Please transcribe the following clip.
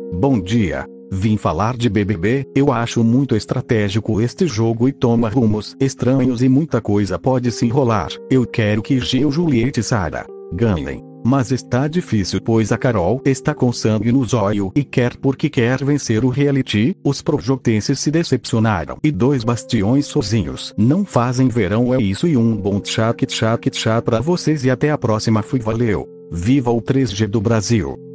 Bom dia. Vim falar de BBB. Eu acho muito estratégico este jogo e toma rumos estranhos e muita coisa pode se enrolar. Eu quero que Gil, Juliette e Sara ganhem. Mas está difícil pois a Carol está com sangue no zóio e quer porque quer vencer o reality. Os projotenses se decepcionaram e dois bastiões sozinhos não fazem verão. É isso e um bom tchá pra vocês e até a próxima. Fui, valeu. Viva o 3G do Brasil.